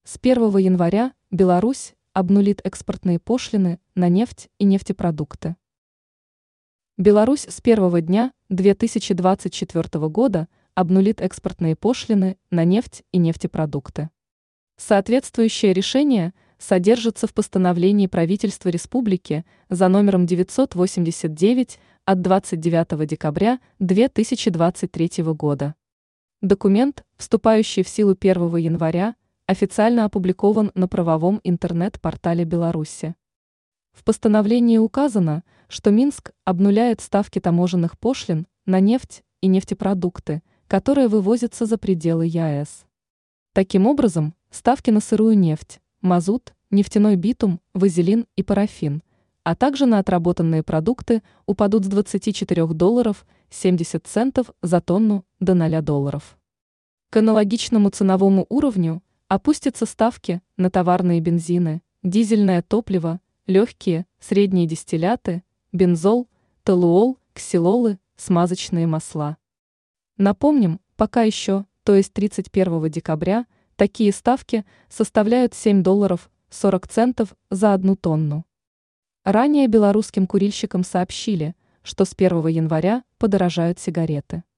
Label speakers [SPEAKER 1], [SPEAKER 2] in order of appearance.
[SPEAKER 1] С 1 января Беларусь обнулит экспортные пошлины на нефть и нефтепродукты. Беларусь с первого дня 2024 года обнулит экспортные пошлины на нефть и нефтепродукты. Соответствующее решение содержится в постановлении правительства республики за номером 989 от 29 декабря 2023 года. Документ, вступающий в силу 1 января, официально опубликован на правовом интернет-портале Беларуси. В постановлении указано, что Минск обнуляет ставки таможенных пошлин на нефть и нефтепродукты, которые вывозятся за пределы ЕАЭС. Таким образом, ставки на сырую нефть, мазут, нефтяной битум, вазелин и парафин, а также на отработанные продукты упадут с $24 70 центов за тонну до $0. К аналогичному ценовому уровню опустятся ставки на товарные бензины, дизельное топливо, легкие, средние дистилляты, бензол, толуол, ксилолы, смазочные масла. Напомним, пока еще, то есть 31 декабря, такие ставки составляют $7.40 за 1 тонну. Ранее белорусским курильщикам сообщили, что с 1 января подорожают сигареты.